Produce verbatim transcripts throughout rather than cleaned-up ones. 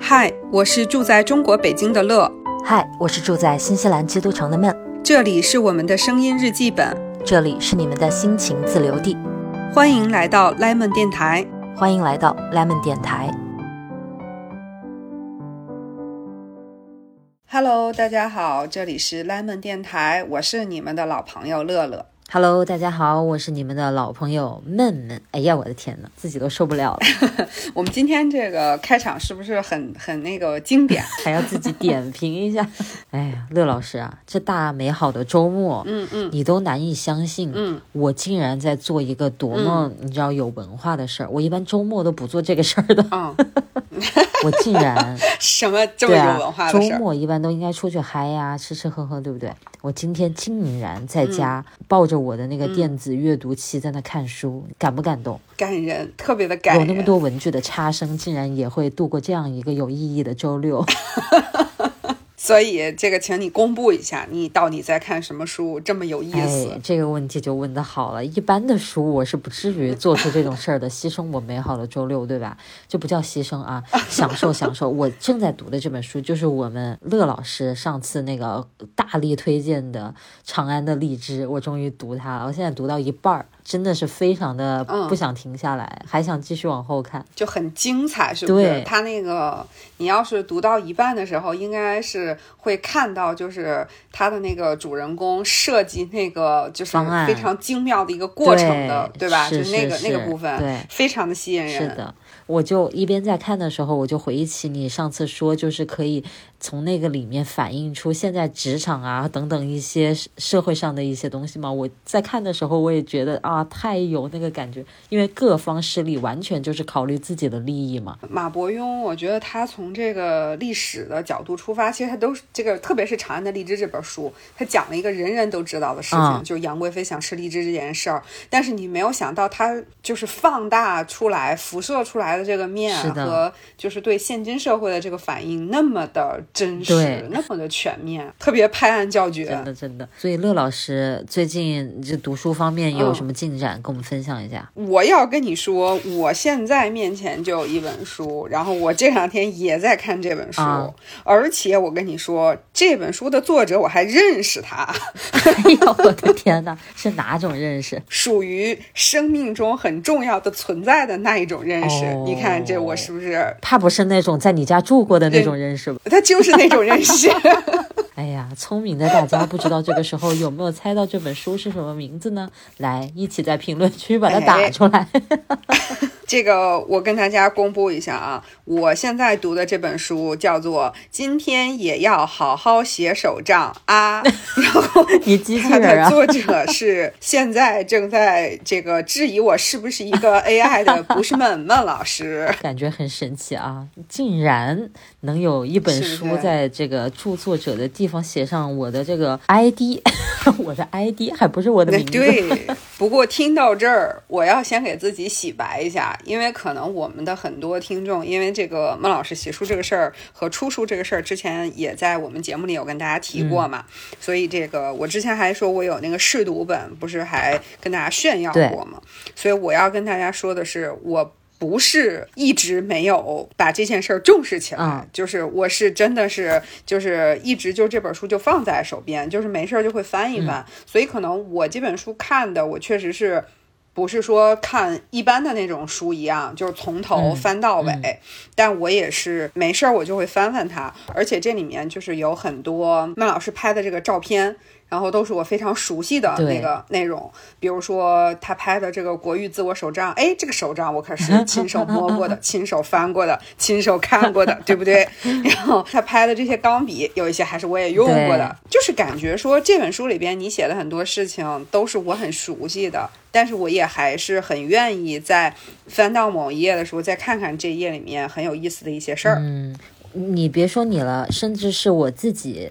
嗨，我是住在中国北京的乐。 嗨，我是住在新西兰基督城的闷。 这里是我们的声音日记本， 这里是你们的心情自留地。 欢迎来到 Lemon 电台。 欢迎来到 Lemon 电台。 Hello， 大家好，这里是 Lemon 电台，我是你们的老朋友乐乐。 Hello， 大家好，我是你们的老朋友闷闷。哎呀，我的天哪，自己都受不了了。 我们今天这个开场是不是很很那个经典？ 还要自己点评一下。哎呀，乐老师啊，这大美好的周末， 嗯嗯， 你都难以相信， 嗯， 我竟然在做一个多么、嗯、你知道有文化的事儿。我一般周末都不做这个事儿的。 嗯。 我竟然什么这么有文化的事儿、 啊、周末一般都应该出去嗨呀，吃吃喝喝，对不对？我今天竟然在家、嗯、抱着我的那个电子阅读器在那看书、嗯、感不感动？ 感人，特别的感人。 有那么多文具的插声，竟然也会度过这样一个有意义的周六。 所以这个请你公布一下，你到底在看什么书这么有意思、 哎、这个问题就问得好了。一般的书我是不至于做出这种事儿的，牺牲我美好的周六，对吧？就不叫牺牲啊，享受享受。我正在读的这本书就是我们乐老师上次那个大力推荐的长安的荔枝，我终于读它了。我现在读到一半，真的是非常的不想停下来、嗯、还想继续往后看， 就很精彩，是不是？他那个你要是读到一半的时候，应该是会看到就是他的那个主人公设计那个就是非常精妙的一个过程的， 对, 对吧？ 是就是那个是那个部分， 对， 非常的吸引人。 是的，我就一边在看的时候，我就回忆起你上次说，就是可以从那个里面反映出现在职场啊等等一些社会上的一些东西嘛。我在看的时候，我也觉得啊，太有那个感觉，因为各方势力完全就是考虑自己的利益嘛。 马伯庸，我觉得他从这个历史的角度出发，其实他都是这个，特别是《长安的荔枝》这本书，他讲了一个人人都知道的事情，嗯、就是杨贵妃想吃荔枝这件事儿。但是你没有想到，他就是放大出来、辐射出来的这个面和就是对现今社会的这个反应那么的真实，那么的全面，特别拍案叫绝。 真的真的。所以乐老师最近这读书方面有什么进展、嗯、跟我们分享一下？ 我要跟你说，我现在面前就有一本书，然后我这两天也在看这本书、嗯、而且我跟你说，这本书的作者我还认识他。 哎呦我的天哪，是哪种认识？ 属于生命中很重要的存在的那一种认识、哦、你看这我是不是？ 怕不是那种在你家住过的那种认识吧？ 他就是那种认识。 哎呀，聪明的大家不知道这个时候有没有猜到这本书是什么名字呢？来，一起在评论区把它打出来。 哎、这个我跟大家公布一下啊，我现在读的这本书叫做《今天也要好好写手账啊》，然后你机器人啊， 它的作者是现在正在这个质疑我是不是一个 A I 的，不是闷闷老师。 感觉很神奇啊，竟然能有一本书在这个著作者的地方写上我的这个 I D， 我的 I D 还不是我的名字。 对，不过听到这儿，我要先给自己洗白一下，因为可能我们的很多听众，因为这个孟老师写书这个事儿和出书这个事儿，之前也在我们节目里有跟大家提过嘛，嗯、所以这个我之前还说我有那个试读本，不是还跟大家炫耀过吗？所以我要跟大家说的是，我不是一直没有把这件事儿重视起来、嗯、就是我是真的是就是一直就这本书就放在手边，就是没事就会翻一翻、嗯、所以可能我这本书看的我确实是不是说看一般的那种书一样就是从头翻到尾、嗯嗯、但我也是没事我就会翻翻它，而且这里面就是有很多曼老师拍的这个照片，然后都是我非常熟悉的那个内容，比如说他拍的这个国誉自我手账，哎，这个手账我可是亲手摸过的亲手翻过的亲手看过的，对不对？然后他拍的这些钢笔有一些还是我也用过的，就是感觉说这本书里边你写的很多事情都是我很熟悉的，但是我也还是很愿意在翻到某一页的时候再看看这一页里面很有意思的一些事儿。 嗯，你别说你了，甚至是我自己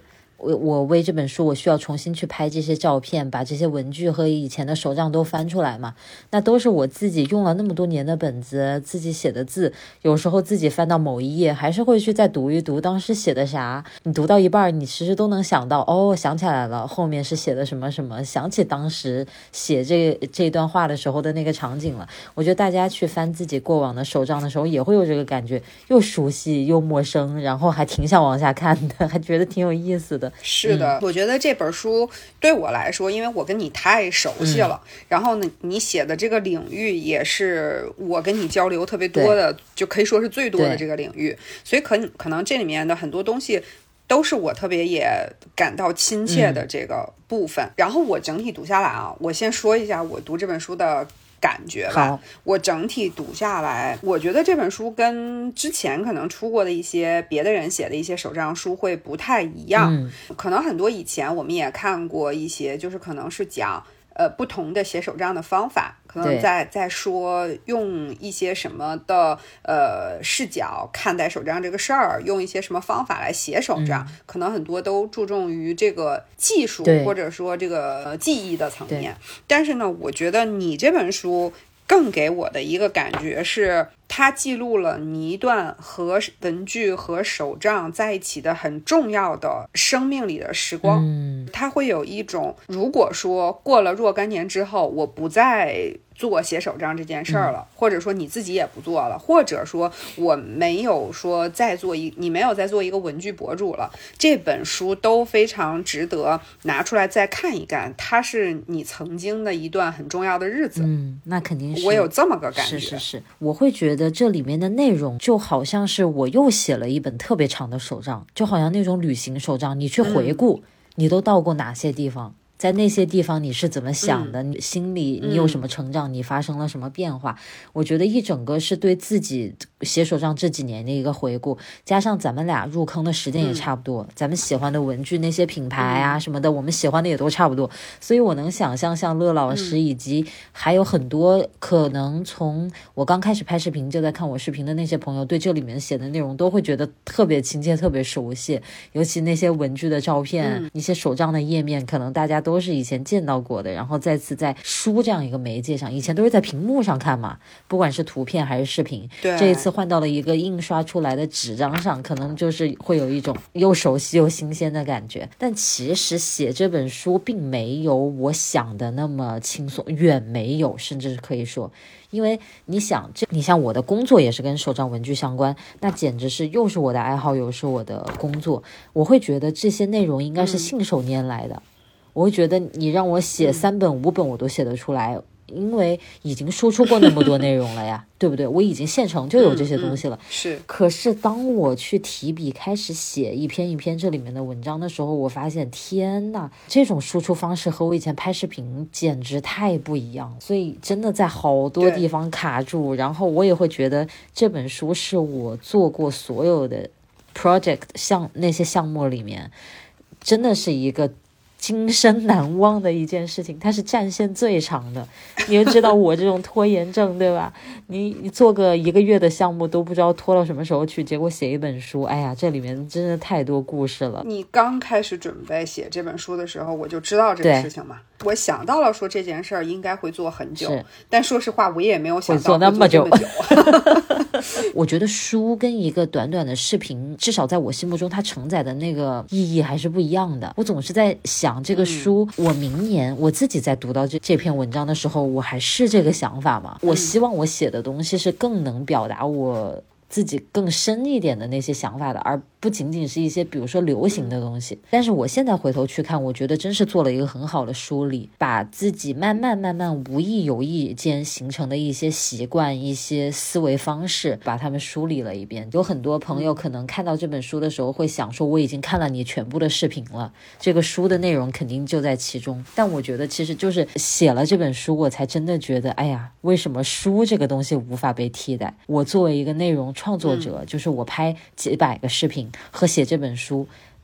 我我为这本书我需要重新去拍这些照片，把这些文具和以前的手账都翻出来嘛，那都是我自己用了那么多年的本子，自己写的字，有时候自己翻到某一页还是会去再读一读当时写的啥，你读到一半你其实都能想到，哦，想起来了，后面是写的什么什么，想起当时写这这段话的时候的那个场景了。我觉得大家去翻自己过往的手账的时候也会有这个感觉，又熟悉又陌生，然后还挺想往下看的，还觉得挺有意思的。 是的、嗯、我觉得这本书对我来说，因为我跟你太熟悉了、嗯、然后呢你写的这个领域也是我跟你交流特别多的，就可以说是最多的这个领域，所以可可能这里面的很多东西都是我特别也感到亲切的这个部分、嗯、然后我整体读下来啊，我先说一下我读这本书的感觉吧。我整体读下来，我觉得这本书跟之前可能出过的一些别的人写的一些手账书会不太一样、嗯、可能很多以前我们也看过一些，就是可能是讲呃不同的写手账的方法，可能在在说用一些什么的呃视角看待手账这个事儿，用一些什么方法来写手账、嗯、可能很多都注重于这个技术或者说这个技艺的层面。但是呢，我觉得你这本书更给我的一个感觉是，它记录了你一段和文具和手账在一起的很重要的生命里的时光、嗯、它会有一种，如果说过了若干年之后我不再做写手账这件事儿了、嗯、或者说你自己也不做了，或者说我没有说再做一你没有再做一个文具博主了，这本书都非常值得拿出来再看一看，它是你曾经的一段很重要的日子。 嗯，那肯定是， 我有这么个感觉。 是是是，我会觉得这里面的内容就好像是我又写了一本特别长的手账，就好像那种旅行手账，你去回顾、嗯、你都到过哪些地方，在那些地方你是怎么想的、嗯、你心里你有什么成长、嗯、你发生了什么变化。我觉得一整个是对自己写手账这几年的一个回顾，加上咱们俩入坑的时间也差不多、嗯、咱们喜欢的文具那些品牌啊什么的、嗯、我们喜欢的也都差不多，所以我能想象像乐老师以及还有很多可能从我刚开始拍视频就在看我视频的那些朋友，对这里面写的内容都会觉得特别亲切特别熟悉，尤其那些文具的照片、嗯、一些手账的页面可能大家都是以前见到过的，然后再次在书这样一个媒介上，以前都是在屏幕上看嘛，不管是图片还是视频，对，这一次换到了一个印刷出来的纸张上，可能就是会有一种又熟悉又新鲜的感觉。但其实写这本书并没有我想的那么轻松，远没有，甚至是可以说，因为你想这你像我的工作也是跟手账文具相关，那简直是又是我的爱好又是我的工作，我会觉得这些内容应该是信手拈来的、嗯、我会觉得你让我写三本、嗯、五本我都写得出来，因为已经输出过那么多内容了呀对不对？我已经现成就有这些东西了、嗯嗯、是。可是当我去提笔开始写一篇一篇这里面的文章的时候，我发现天哪，这种输出方式和我以前拍视频简直太不一样，所以真的在好多地方卡住。然后我也会觉得这本书是我做过所有的 project 项那些项目里面真的是一个今生难忘的一件事情，它是战线最长的。你就知道我这种拖延症对吧，你你做个一个月的项目都不知道拖到什么时候去，结果写一本书，哎呀这里面真的太多故事了。 你刚开始准备写这本书的时候我就知道这个事情嘛，我想到了说这件事儿应该会做很久，但说实话我也没有想到会做那么久我觉得书跟一个短短的视频至少在我心目中它承载的那个意义还是不一样的。我总是在想这个书、嗯、我明年我自己在读到这这篇文章的时候我还是这个想法吗？我希望我写的东西是更能表达我自己更深一点的那些想法的，而不仅仅是一些比如说流行的东西。但是我现在回头去看，我觉得真是做了一个很好的梳理，把自己慢慢慢慢无意有意间形成的一些习惯一些思维方式把它们梳理了一遍。有很多朋友可能看到这本书的时候会想说我已经看了你全部的视频了，这个书的内容肯定就在其中。但我觉得其实就是写了这本书我才真的觉得哎呀，为什么书这个东西无法被替代。我作为一个内容创作者、嗯、就是我拍几百个视频和写这本书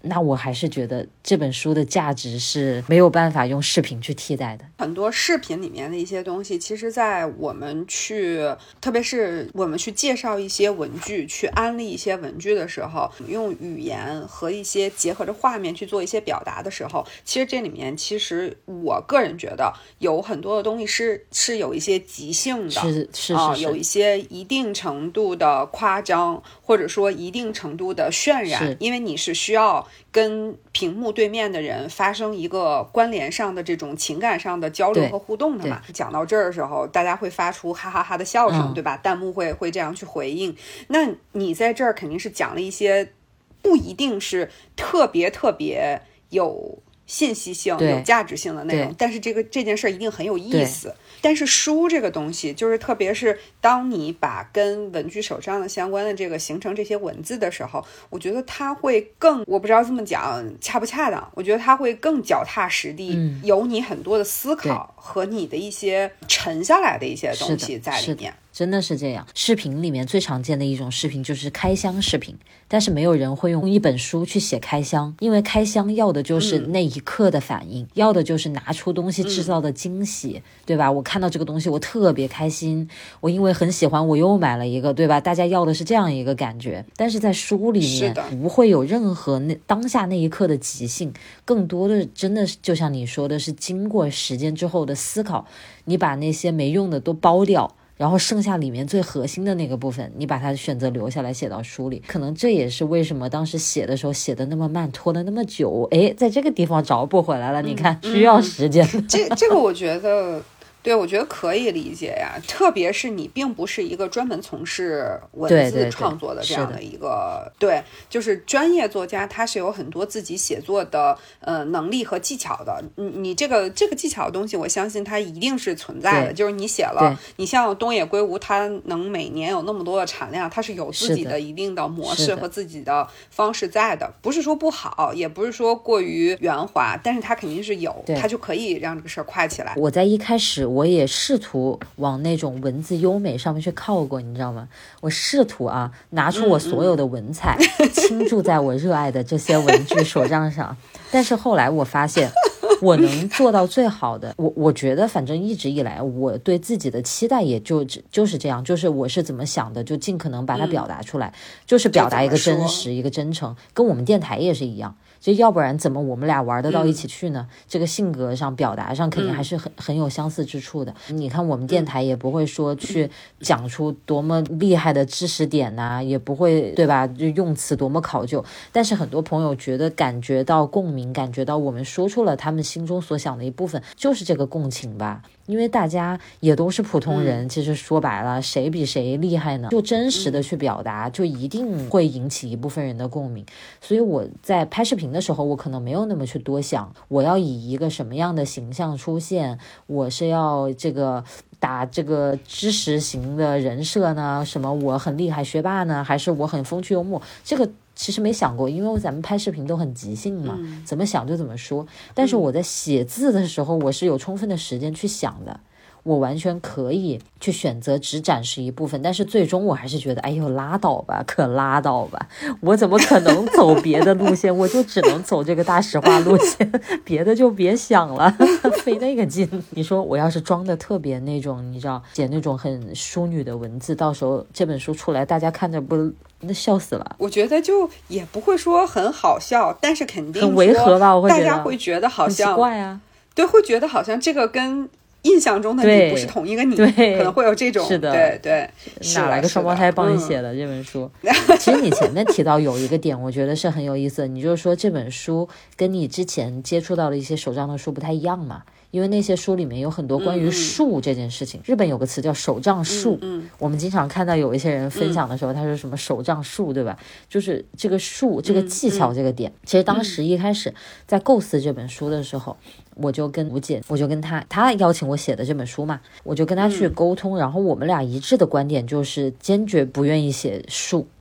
那我还是觉得这本书的价值是没有办法用视频去替代的。 很多视频里面的一些东西，其实在我们去特别是我们去介绍一些文具，去安利一些文具的时候，用语言和一些结合着画面去做一些表达的时候，其实这里面其实我个人觉得有很多的东西是是有一些即兴的， 是是是、 呃、 是有一些一定程度的夸张，或者说一定程度的渲染，因为你是需要跟屏幕对面的人发生一个关联上的这种情感上的交流和互动的嘛。讲到这儿的时候，大家会发出哈哈哈的笑声、嗯、对吧？弹幕会会这样去回应。那你在这儿肯定是讲了一些不一定是特别特别有信息性有价值性的内容，但是这个这件事一定很有意思。但是书这个东西，就是特别是当你把跟文具手账的相关的这个形成这些文字的时候，我觉得它会更，我不知道这么讲恰不恰当，我觉得它会更脚踏实地、嗯、有你很多的思考和你的一些沉下来的一些东西在里面。 真的是这样。视频里面最常见的一种视频就是开箱视频，但是没有人会用一本书去写开箱，因为开箱要的就是那一刻的反应、嗯、要的就是拿出东西制造的惊喜、嗯、对吧？我看到这个东西我特别开心，我因为很喜欢我又买了一个，对吧？大家要的是这样一个感觉。但是在书里面不会有任何那当下那一刻的即兴，更多的真的就像你说的是经过时间之后的思考，你把那些没用的都剥掉，然后剩下里面最核心的那个部分，你把它选择留下来写到书里。可能这也是为什么当时写的时候写的那么慢，拖了那么久。诶，在这个地方找补回来了，你看、嗯、需要时间、 嗯、这这个我觉得对，我觉得可以理解呀，特别是你并不是一个专门从事文字创作的这样的一个， 对, 对, 对，就是专业作家他是有很多自己写作的呃能力和技巧的。你你这个这个技巧的东西，我相信它一定是存在的。就是你写了，你像东野圭吾，他能每年有那么多的产量，他是有自己的一定的模式和自己的方式在的，不是说不好，也不是说过于圆滑，但是他肯定是有，他就可以让这个事儿快起来。 我在一开始我也试图往那种文字优美上面去靠过，你知道吗？我试图啊拿出我所有的文采、嗯嗯、倾注在我热爱的这些文具手账上但是后来我发现我能做到最好的，我我觉得反正一直以来我对自己的期待也就就是这样，就是我是怎么想的就尽可能把它表达出来、嗯、就是表达一个真实一个真诚，跟我们电台也是一样，就要不然怎么我们俩玩得到一起去呢、嗯、这个性格上表达上肯定还是很、嗯、很有相似之处的。你看我们电台也不会说去讲出多么厉害的知识点呐、啊，也不会对吧，就用词多么考究，但是很多朋友觉得感觉到共鸣，感觉到我们说出了他们心中所想的一部分，就是这个共情吧。因为大家也都是普通人、嗯、其实说白了谁比谁厉害呢，就真实的去表达、嗯、就一定会引起一部分人的共鸣。所以我在拍视频的时候我可能没有那么去多想我要以一个什么样的形象出现，我是要这个打这个知识型的人设呢，什么我很厉害学霸呢，还是我很风趣幽默，这个其实没想过，因为咱们拍视频都很即兴嘛、嗯、怎么想就怎么说。但是我在写字的时候我是有充分的时间去想的，我完全可以去选择只展示一部分，但是最终我还是觉得哎呦拉倒吧，可拉倒吧，我怎么可能走别的路线我就只能走这个大实话路线别的就别想了费那个劲。你说我要是装的特别那种你知道写那种很淑女的文字，到时候这本书出来大家看着不那笑死了。 我觉得就也不会说很好笑，但是肯定很违和吧，我会觉得大家会觉得好像很奇怪啊， 对，会觉得好像这个跟印象中的你不是同一个你，可能会有这种是的， 对对， 哪来个双胞胎帮你写的、嗯、这本书其实你前面提到有一个点我觉得是很有意思的，你就是说这本书跟你之前接触到的一些手账的书不太一样嘛，因为那些书里面有很多关于术这件事情、嗯、日本有个词叫手账术、嗯嗯、我们经常看到有一些人分享的时候、嗯、他说什么手账术对吧，就是这个术这个技巧这个点、嗯嗯、其实当时一开始在构思这本书的时候、嗯、我就跟吴姐我就跟他他邀请我写的这本书嘛，我就跟他去沟通、嗯、然后我们俩一致的观点就是坚决不愿意写术，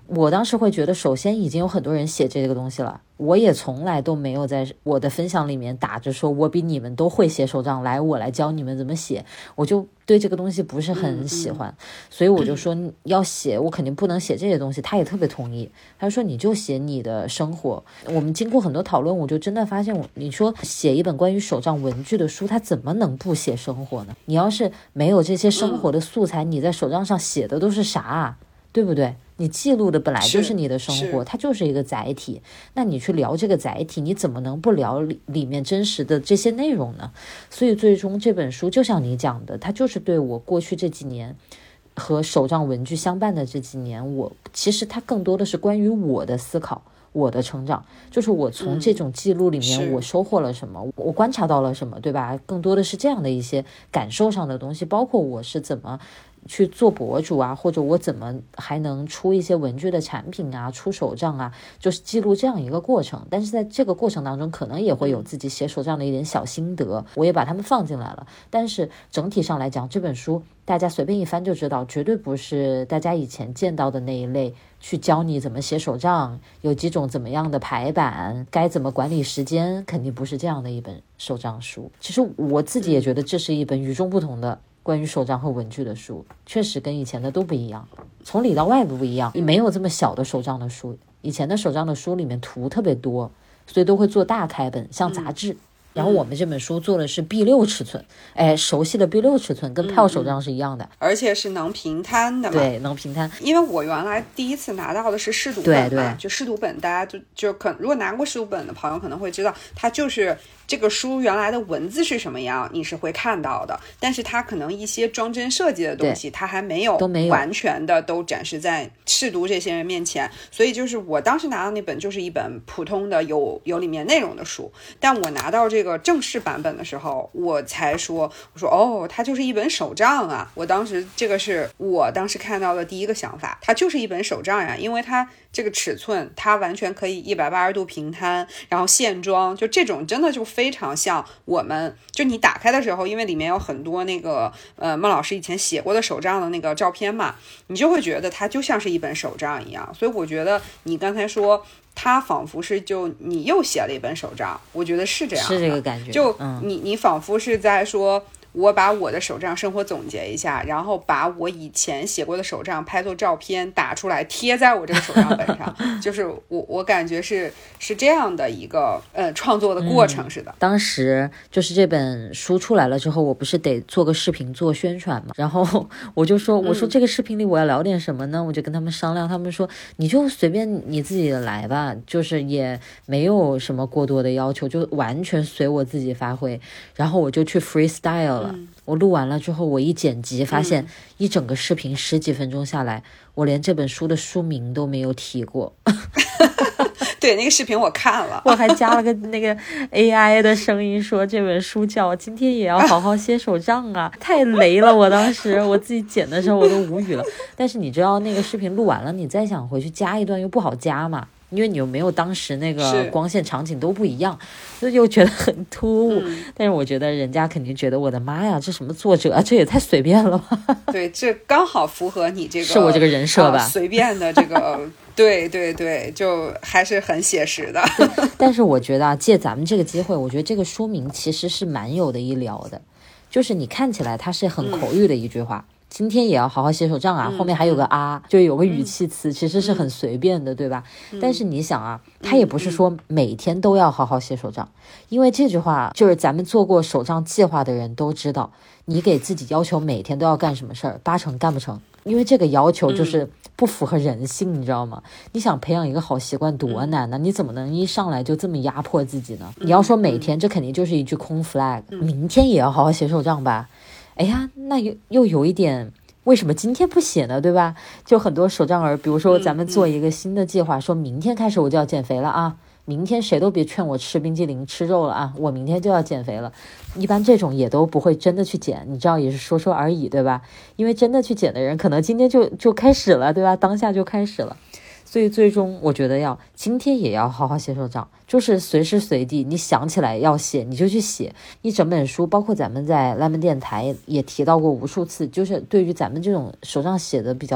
我当时会觉得，首先已经有很多人写这个东西了，我也从来都没有在我的分享里面打着说我比你们都会写手账，来我来教你们怎么写，我就对这个东西不是很喜欢，嗯、所以我就说要写，我肯定不能写这些东西。他也特别同意，他说你就写你的生活。我们经过很多讨论，我就真的发现，你说写一本关于手账文具的书，它怎么能不写生活呢？你要是没有这些生活的素材，嗯、你在手账上写的都是啥啊？对不对？你记录的本来就是你的生活，它就是一个载体，那你去聊这个载体，你怎么能不聊里里面真实的这些内容呢？所以最终这本书就像你讲的，它就是对我过去这几年和手账文具相伴的这几年，我其实它更多的是关于我的思考，我的成长，就是我从这种记录里面我收获了什么，嗯、我观察到了什么，对吧？更多的是这样的一些感受上的东西，包括我是怎么去做博主啊，或者我怎么还能出一些文具的产品啊，出手账啊，就是记录这样一个过程。但是在这个过程当中，可能也会有自己写手账的一点小心得，我也把它们放进来了。但是整体上来讲，这本书大家随便一翻就知道，绝对不是大家以前见到的那一类去教你怎么写手账，有几种怎么样的排版，该怎么管理时间，肯定不是这样的一本手账书。其实我自己也觉得这是一本与众不同的关于手账和文具的书，确实跟以前的都不一样，从里到外都不一样，没有这么小的手账的书。以前的手账的书里面图特别多，所以都会做大开本，像杂志。嗯然后我们这本书做的是 B 六 尺寸，哎，熟悉的 B 六 尺寸跟票手账是一样的， 嗯、而且是能平摊的嘛。 对，能平摊。 因为我原来第一次拿到的是试读本嘛，对对就试读本，大家就就可如果拿过试读本的朋友可能会知道，它就是这个书原来的文字是什么样，你是会看到的，但是它可能一些装帧设计的东西，它还没有都没有完全的都展示在试读这些人面前，所以就是我当时拿到那本就是一本普通的有有里面内容的书，但我拿到这个正式版本的时候，我才说，我说哦，它就是一本手账啊！我当时这个是我当时看到的第一个想法，它就是一本手账呀，因为它这个尺寸，它完全可以一百八十度平摊，然后线装，就这种真的就非常像我们，就你打开的时候，因为里面有很多那个呃孟老师以前写过的手账的那个照片嘛，你就会觉得它就像是一本手账一样，所以我觉得你刚才说。他仿佛是就你又写了一本手账，我觉得是这样的， 是这个感觉。 就你、嗯、你仿佛是在说，我把我的手账生活总结一下，然后把我以前写过的手账拍作照片打出来贴在我这个手账本上，就是我我感觉是是这样的一个呃创作的过程似的、嗯。 当时就是这本书出来了之后，我不是得做个视频做宣传嘛，然后我就说我说这个视频里我要聊点什么呢？我就跟他们商量，他们说你就随便你自己来吧，就是也没有什么过多的要求，就完全随我自己发挥，然后我就去 freestyle 了。嗯、我录完了之后，我一剪辑发现一整个视频十几分钟下来，我连这本书的书名都没有提过。 对，那个视频我看了， 我还加了个那个 A I 的声音说这本书叫今天也要好好写手账啊，太雷了，我当时我自己剪的时候我都无语了。但是你知道那个视频录完了，你再想回去加一段又不好加嘛，因为你又没有当时那个光线场景都不一样，所以又觉得很突兀、嗯、但是我觉得人家肯定觉得我的妈呀，这什么作者啊，这也太随便了吧。 对，这刚好符合你这个是我这个人设吧、 呃、随便的这个对对对，就还是很写实的。 但是我觉得啊，借咱们这个机会，我觉得这个书名其实是蛮有的一聊的，就是你看起来它是很口语的一句话、嗯、今天也要好好写手账啊、嗯、后面还有个啊、嗯、就有个语气词、嗯、其实是很随便的、嗯、对吧、嗯、但是你想啊，它也不是说每天都要好好写手账、嗯、因为这句话就是咱们做过手账计划的人都知道，你给自己要求每天都要干什么事儿，八成干不成，因为这个要求就是不符合人性、嗯、你知道吗？你想培养一个好习惯多难呢、嗯、你怎么能一上来就这么压迫自己呢、嗯、你要说每天、嗯、这肯定就是一句空 flag、嗯、明天也要好好写手账吧，哎呀，那又又有一点为什么今天不写呢，对吧？就很多手账儿，比如说咱们做一个新的计划、嗯嗯、说明天开始我就要减肥了啊，明天谁都别劝我吃冰激凌吃肉了啊，我明天就要减肥了。一般这种也都不会真的去减，你知道也是说说而已，对吧？因为真的去减的人可能今天就就开始了，对吧？当下就开始了。所以最终我觉得要今天也要好好写手账，就是随时随地你想起来要写你就去写。一整本书包括咱们在 Lemon 电台也提到过无数次，就是对于咱们这种手账写的比较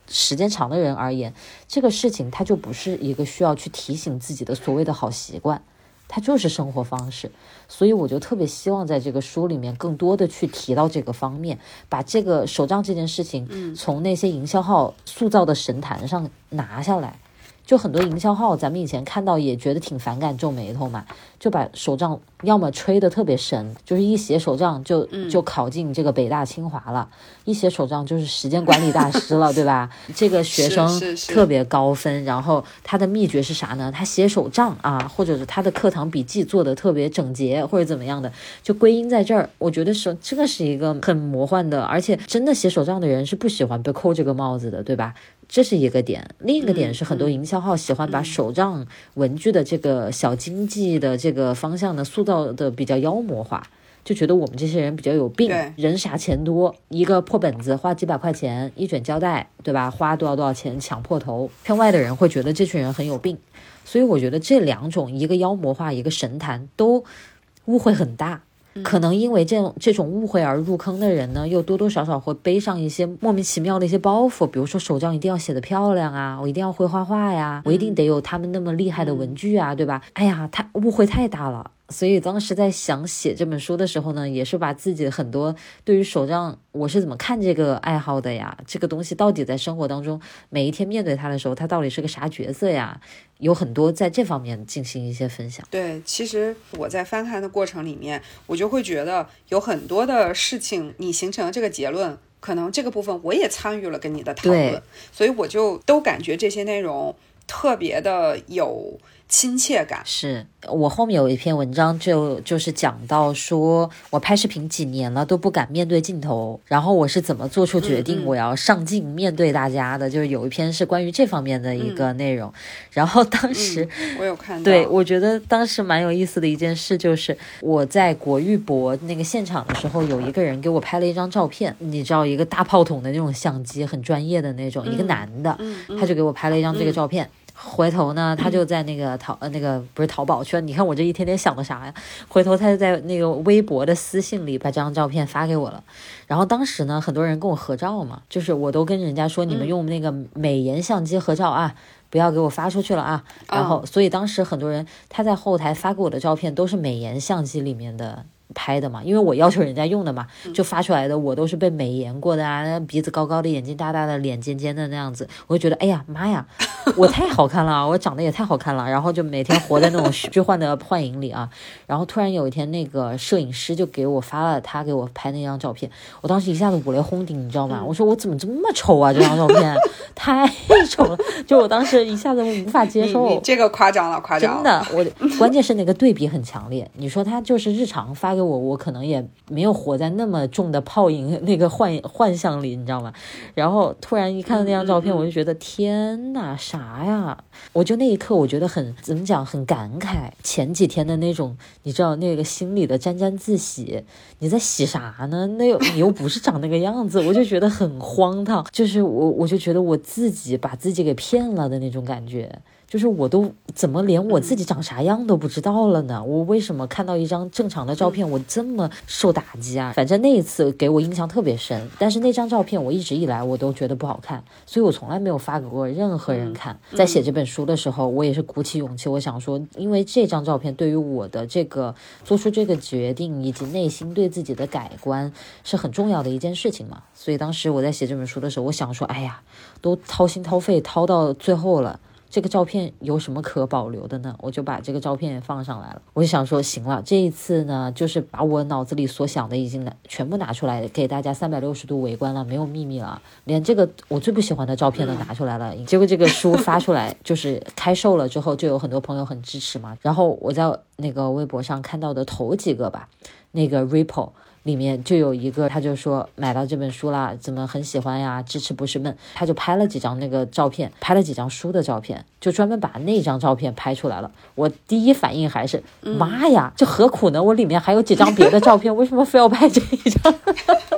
时间长的人而言，这个事情它就不是一个需要去提醒自己的所谓的好习惯，它就是生活方式。所以我就特别希望在这个书里面更多的去提到这个方面，把这个手账这件事情从那些营销号塑造的神坛上拿下来。就很多营销号咱们以前看到也觉得挺反感，皱眉头嘛，就把手账要么吹得特别深，就是一写手账就就考进这个北大清华了，一写手账就是时间管理大师了，对吧？这个学生特别高分，然后他的秘诀是啥呢？他写手账啊，或者是他的课堂笔记做得特别整洁，或者怎么样的，就归因在这儿。我觉得是这个是一个很魔幻的，而且真的写手账的人是不喜欢被扣这个帽子的，对吧？这是一个点。另一个点是很多营销号喜欢把手账文具的这个小经济的这个方向呢塑造的比较妖魔化，就觉得我们这些人比较有病，人傻钱多，一个破本子花几百块钱，一卷胶带，对吧？花多少多少钱抢破头，圈外的人会觉得这群人很有病。所以我觉得这两种，一个妖魔化，一个神坛，都误会很大。可能因为这种这种误会而入坑的人呢，又多多少少会背上一些莫名其妙的一些包袱，比如说手账一定要写得漂亮啊，我一定要会画画呀，我一定得有他们那么厉害的文具啊，对吧？哎呀，他误会太大了。所以当时在想写这本书的时候呢，也是把自己很多对于手账我是怎么看这个爱好的呀，这个东西到底在生活当中每一天面对它的时候，它到底是个啥角色呀，有很多在这方面进行一些分享。 对，其实我在翻看的过程里面，我就会觉得有很多的事情你形成了这个结论，可能这个部分我也参与了跟你的讨论，所以我就都感觉这些内容特别的有亲切感。 是我后面有一篇文章就就是讲到说我拍视频几年了都不敢面对镜头，然后我是怎么做出决定我要上镜面对大家的，嗯嗯就是有一篇是关于这方面的一个内容、嗯、然后当时、 嗯、我有看到， 对，我觉得当时蛮有意思的一件事就是我在国玉博那个现场的时候，有一个人给我拍了一张照片，你知道一个大炮筒的那种相机，很专业的那种、嗯、一个男的、嗯嗯、他就给我拍了一张这个照片、嗯，回头呢他就在那个淘呃那个不是淘宝去了，你看我这一天天想的啥呀，回头他就在那个微博的私信里把这张照片发给我了。然后当时呢很多人跟我合照嘛，就是我都跟人家说你们用那个美颜相机合照啊，不要给我发出去了啊。然后所以当时很多人他在后台发给我的照片都是美颜相机里面的拍的嘛，因为我要求人家用的嘛，就发出来的我都是被美颜过的啊，鼻子高高的，眼睛大大的，脸尖尖的那样子，我就觉得哎呀妈呀，我太好看了，我长得也太好看了，然后就每天活在那种虚幻的幻影里啊。然后突然有一天那个摄影师就给我发了他给我拍那张照片，我当时一下子五雷轰顶，你知道吗？我说我怎么这么丑啊，这张照片太丑了，就我当时一下子无法接受。 你你这个夸张了，夸张了，真的。我关键是那个对比很强烈，你说他就是日常发给我，我可能也没有活在那么重的泡影那个幻幻象里，你知道吗？然后突然一看到那张照片，我就觉得天哪，啥呀？我就那一刻我觉得很怎么讲，很感慨。前几天的那种你知道那个心里的沾沾自喜，你在喜啥呢？那又你又不是长那个样子，我就觉得很荒唐，就是我我就觉得我自己把自己给骗了的那种感觉。就是我都怎么连我自己长啥样都不知道了呢？我为什么看到一张正常的照片我这么受打击啊？反正那一次给我印象特别深，但是那张照片我一直以来我都觉得不好看，所以我从来没有发给过任何人看。在写这本书的时候，我也是鼓起勇气，我想说因为这张照片对于我的这个做出这个决定以及内心对自己的改观是很重要的一件事情嘛。所以当时我在写这本书的时候，我想说哎呀，都掏心掏肺掏到最后了，这个照片有什么可保留的呢？我就把这个照片也放上来了。我就想说行了，这一次呢就是把我脑子里所想的已经全部拿出来给大家三百六十度围观了，没有秘密了，连这个我最不喜欢的照片都拿出来了。结果这个书发出来就是开售了之后，就有很多朋友很支持嘛。然后我在那个微博上看到的头几个吧，那个 Ripple里面就有一个，他就说买到这本书啦，怎么很喜欢呀，支持不是闷。他就拍了几张那个照片，拍了几张书的照片，就专门把那张照片拍出来了。我第一反应还是、嗯、妈呀，这何苦呢？我里面还有几张别的照片，为什么非要拍这一张？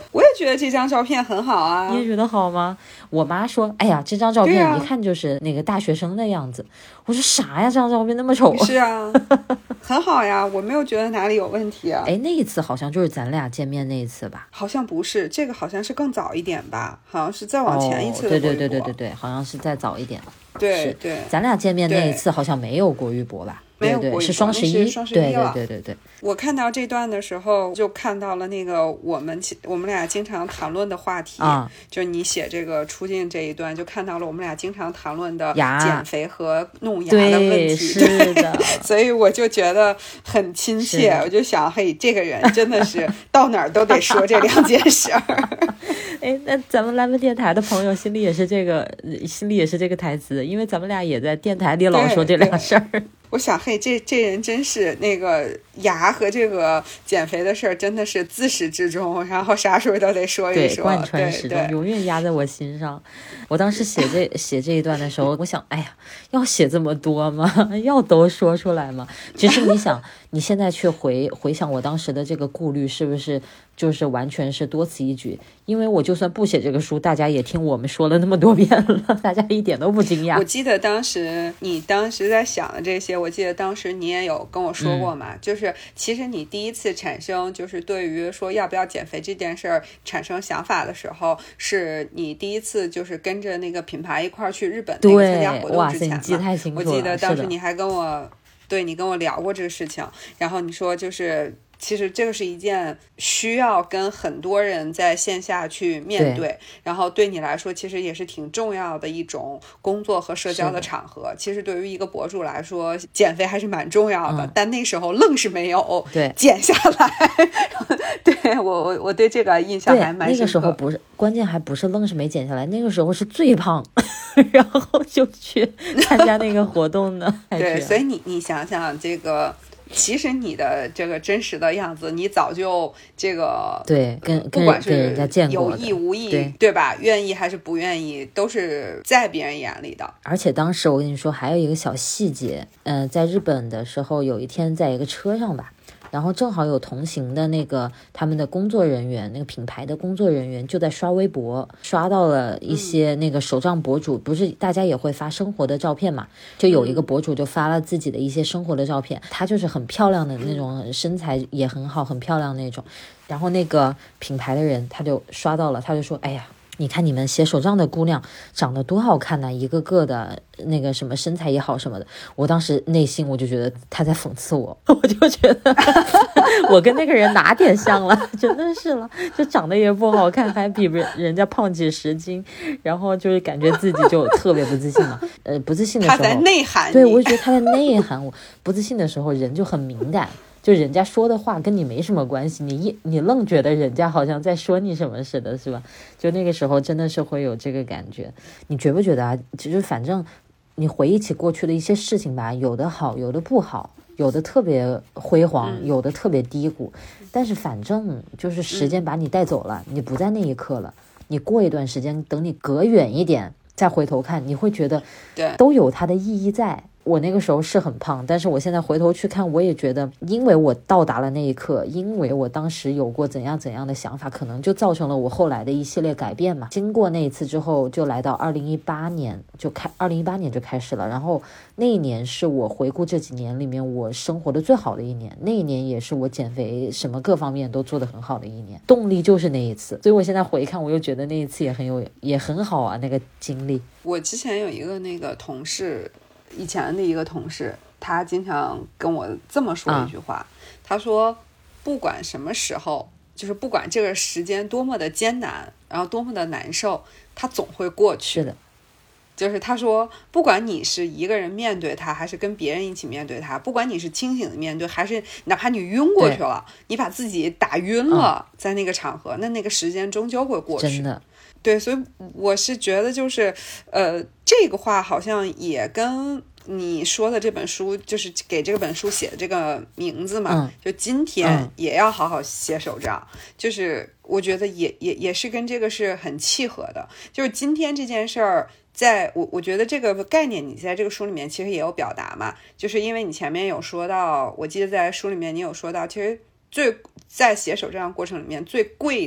我也觉得这张照片很好啊。 你也觉得好吗？我妈说哎呀这张照片一看就是那个大学生的样子、啊、我说啥呀这张照片那么丑。 是啊很好呀，我没有觉得哪里有问题啊。 哎，那一次好像就是咱俩见面那一次吧？ 好像不是，这个好像是更早一点吧，好像是再往前一次的、 哦、对对对对对对，好像是再早一点。 对对， 咱俩见面那一次好像没有国语博吧？ 没有对对， 是双十一， 双十一对对对对对。 我看到这段的时候，就看到了那个我们我们俩经常谈论的话题， 啊、 就你写这个出镜这一段，就看到了我们俩经常谈论的牙减肥和弄牙的问题。 是的， 所以我就觉得很亲切，我就想，嘿，这个人真的是到哪儿都得说这两件事儿。 哎，那咱们蓝莓电台的朋友心里也是这个，心里也是这个台词，因为咱们俩也在电台里老说这俩事儿。 我想，嘿，这这人真是那个牙和这个减肥的事儿，真的是自始至终，然后啥时候都得说一说， 对，贯穿始终，永远压在我心上。我当时写这写这一段的时候，我想，哎呀，要写这么多吗？要都说出来吗？其实你想，你现在去回回想我当时的这个顾虑，是不是就是完全是多此一举？因为我就算不写这个书，大家也听我们说了那么多遍了，大家一点都不惊讶。 我记得当时你当时在想的这些，我记得当时你也有跟我说过嘛、嗯、就是其实你第一次产生就是对于说要不要减肥这件事儿产生想法的时候，是你第一次就是跟着那个品牌一块儿去日本那个参加活动之前嘛。 哇塞，你记得太清楚了。 我记得当时你还跟我对你跟我聊过这个事情，然后你说就是其实这个是一件需要跟很多人在线下去面 对, 对然后对你来说其实也是挺重要的一种工作和社交的场合。其实对于一个博主来说减肥还是蛮重要的、嗯、但那时候愣是没有减下来。对, 对我我我对这个印象还蛮深刻。 那个时候不是关键，还不是愣是没减下来，那个时候是最胖然后就去参加那个活动呢。 对，所以你你想想这个其实你的这个真实的样子你早就这个对跟不管是有意无意对, 对吧，愿意还是不愿意都是在别人眼里的。 而且当时我跟你说还有一个小细节，嗯、呃，在日本的时候有一天在一个车上吧，然后正好有同行的那个他们的工作人员，那个品牌的工作人员就在刷微博，刷到了一些那个手账博主、嗯、不是大家也会发生活的照片嘛，就有一个博主就发了自己的一些生活的照片，他就是很漂亮的那种，身材也很好很漂亮那种，然后那个品牌的人他就刷到了，他就说哎呀你看你们写手账的姑娘长得多好看呢，一个个的那个什么身材也好什么的。我当时内心我就觉得他在讽刺我，我就觉得我跟那个人哪点像了，真的是了，就长得也不好看，还比人家胖几十斤，然后就是感觉自己就特别不自信嘛。呃，不自信的时候他在内涵， 对，我就觉得他在内涵我。不自信的时候人就很敏感，就人家说的话跟你没什么关系，你一你愣觉得人家好像在说你什么似的，是吧？就那个时候真的是会有这个感觉。你觉不觉得啊？其实反正你回忆起过去的一些事情吧，有的好，有的不好，有的特别辉煌， 嗯、 有的特别低谷，但是反正就是时间把你带走了，嗯、你不在那一刻了。你过一段时间，等你隔远一点再回头看，你会觉得都有它的意义在。我那个时候是很胖，但是我现在回头去看，我也觉得因为我到达了那一刻，因为我当时有过怎样怎样的想法，可能就造成了我后来的一系列改变嘛。经过那一次之后，就来到二零一八年就开二零一八年就开始了，然后那一年是我回顾这几年里面我生活的最好的一年，那一年也是我减肥什么各方面都做得很好的一年，动力就是那一次。所以我现在回看，我又觉得那一次也很有也很好啊，那个经历。 我之前有一个那个同事，以前的一个同事，他经常跟我这么说一句话、啊、他说不管什么时候，就是不管这个时间多么的艰难，然后多么的难受，他总会过去。 是的， 就是他说不管你是一个人面对他还是跟别人一起面对他，不管你是清醒的面对还是哪怕你晕过去了，你把自己打晕了、嗯、在那个场合，那那个时间终究会过去。 真的， 对，所以我是觉得就是呃，这个话好像也跟你说的这本书，就是给这个本书写的这个名字嘛、 嗯、 就今天也要好好写手账、嗯、就是我觉得也也也是跟这个是很契合的。就是今天这件事儿，在我我觉得这个概念你在这个书里面其实也有表达嘛，就是因为你前面有说到，我记得在书里面你有说到，其实最在写手账过程里面最贵的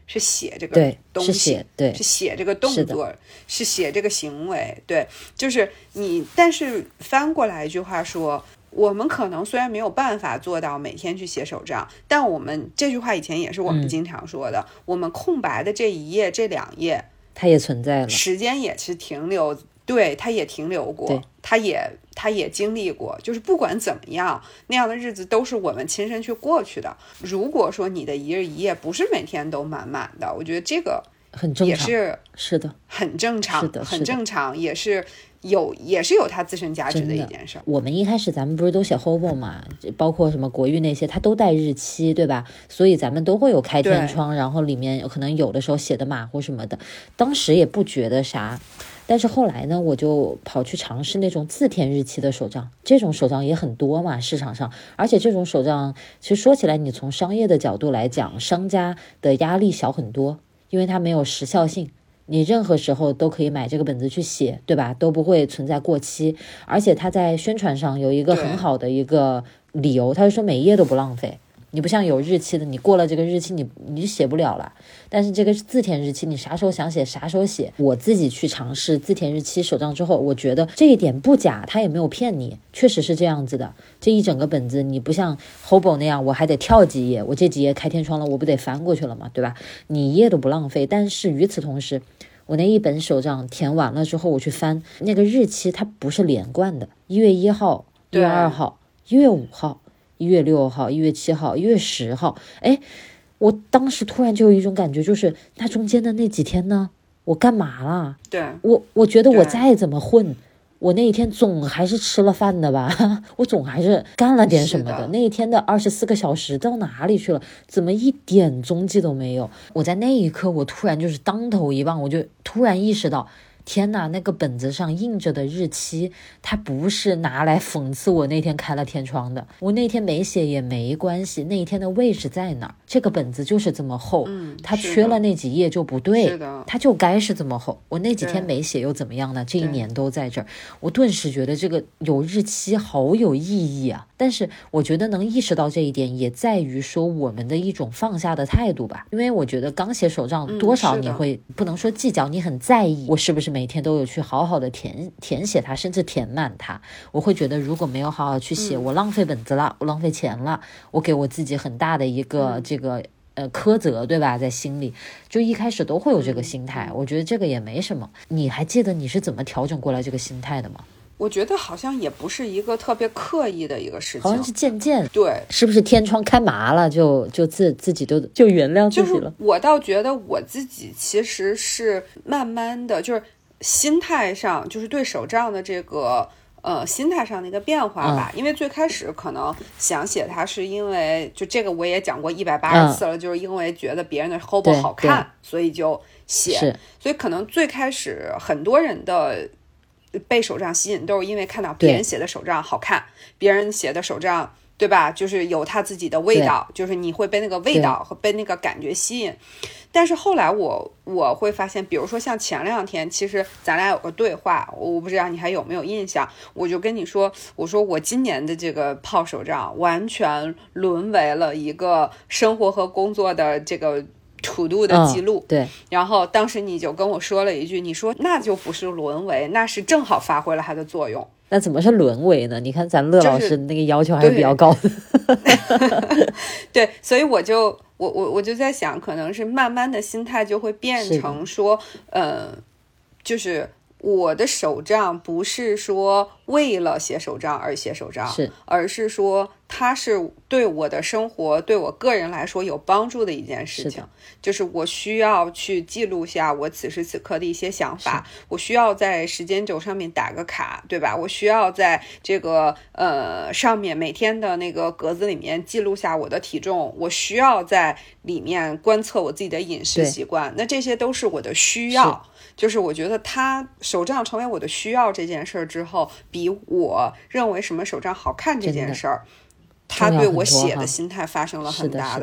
是写这个东西， 是写，对， 是写这个动作， 是, 是写这个行为，对，就是你。但是翻过来一句话说，我们可能虽然没有办法做到每天去写手账，但我们这句话以前也是我们经常说的、嗯、我们空白的这一页这两页它也存在了， 时间也是停留，对，它也停留过，它也它也经历过，就是不管怎么样，那样的日子都是我们亲身去过去的。如果说你的一日一夜不是每天都满满的，我觉得这个很正常， 也是是的， 很正常， 是的， 很正常，也是有也是有它自身价值的一件事。 我们一开始咱们不是都写 Hobo 嘛，包括什么国语那些，它都带日期，对吧？所以咱们都会有开天窗，然后里面可能有的时候写的马虎什么的，当时也不觉得啥。但是后来呢，我就跑去尝试那种自填日期的手账，这种手账也很多嘛，市场上，而且这种手账其实说起来，你从商业的角度来讲，商家的压力小很多，因为它没有时效性，你任何时候都可以买这个本子去写，对吧？都不会存在过期，而且它在宣传上有一个很好的一个理由，它是说每一页都不浪费。你不像有日期的，你过了这个日期你你就写不了了，但是这个自填日期你啥时候想写啥时候写。我自己去尝试自填日期手账之后，我觉得这一点不假，他也没有骗你，确实是这样子的。这一整个本子你不像 Hobo 那样我还得跳几页，我这几页开天窗了我不得翻过去了嘛，对吧？你一页都不浪费。但是与此同时，我那一本手账填完了之后，我去翻那个日期，它不是连贯的，一月一号一月二号一月五号一月六号一月七号一月十号，哎，我当时突然就有一种感觉，就是那中间的那几天呢，我干嘛了？ 对， 我我觉得我再怎么混，我那一天总还是吃了饭的吧，我总还是干了点什么的。那一天的二十四个小时到哪里去了？怎么一点踪迹都没有？我在那一刻，我突然就是当头一棒，我就突然意识到。天哪，那个本子上印着的日期，它不是拿来讽刺我那天开了天窗的，我那天没写也没关系，那一天的位置在哪儿？这个本子就是这么厚， 嗯， 它缺了那几页就不对，它就该是这么厚。我那几天没写又怎么样呢？这一年都在这儿，我顿时觉得这个有日期好有意义啊。但是我觉得能意识到这一点，也在于说我们的一种放下的态度吧。因为我觉得刚写手账，多少你会、嗯、不能说计较，你很在意，我是不是每天都有去好好的填填写它，甚至填满它。我会觉得如果没有好好去写、嗯、我浪费本子了，我浪费钱了，我给我自己很大的一个这个、嗯、呃苛责，对吧？在心里就一开始都会有这个心态、嗯、我觉得这个也没什么。你还记得你是怎么调整过来这个心态的吗？ 我觉得好像也不是一个特别刻意的一个事情， 好像是渐渐， 对， 是不是天窗开麻了就就自自己都就原谅自己了、 就是、我倒觉得我自己其实是慢慢的就是心态上，就是对手账的这个呃心态上的一个变化吧、嗯、因为最开始可能想写它是因为就这个我也讲过一百八十次了、嗯、就是因为觉得别人的 Hobo 好看所以就写，所以可能最开始很多人的被手账吸引都是因为看到别人写的手账好看，别人写的手账对吧，就是有他自己的味道，就是你会被那个味道和被那个感觉吸引。但是后来我我会发现，比如说像前两天其实咱俩有个对话，我不知道你还有没有印象，我就跟你说，我说我今年的这个泡手账完全沦为了一个生活和工作的这个to do 的记录、 嗯、对， 然后当时你就跟我说了一句，你说那就不是沦为，那是正好发挥了它的作用。 那怎么是沦为呢？你看咱乐老师那个要求还是比较高的、就是、 对, 对，所以我就我我我就在想，可能是慢慢的心态就会变成说呃，就是我的手账不是说为了写手账而写手账， 是而是说它是对我的生活对我个人来说有帮助的一件事情，就是我需要去记录下我此时此刻的一些想法，我需要在时间轴上面打个卡，对吧？我需要在这个呃上面每天的那个格子里面记录下我的体重，我需要在里面观测我自己的饮食习惯，那这些都是我的需要。就是我觉得他手账成为我的需要这件事儿之后，比我认为什么手账好看这件事儿，他对我写的心态发生了很大的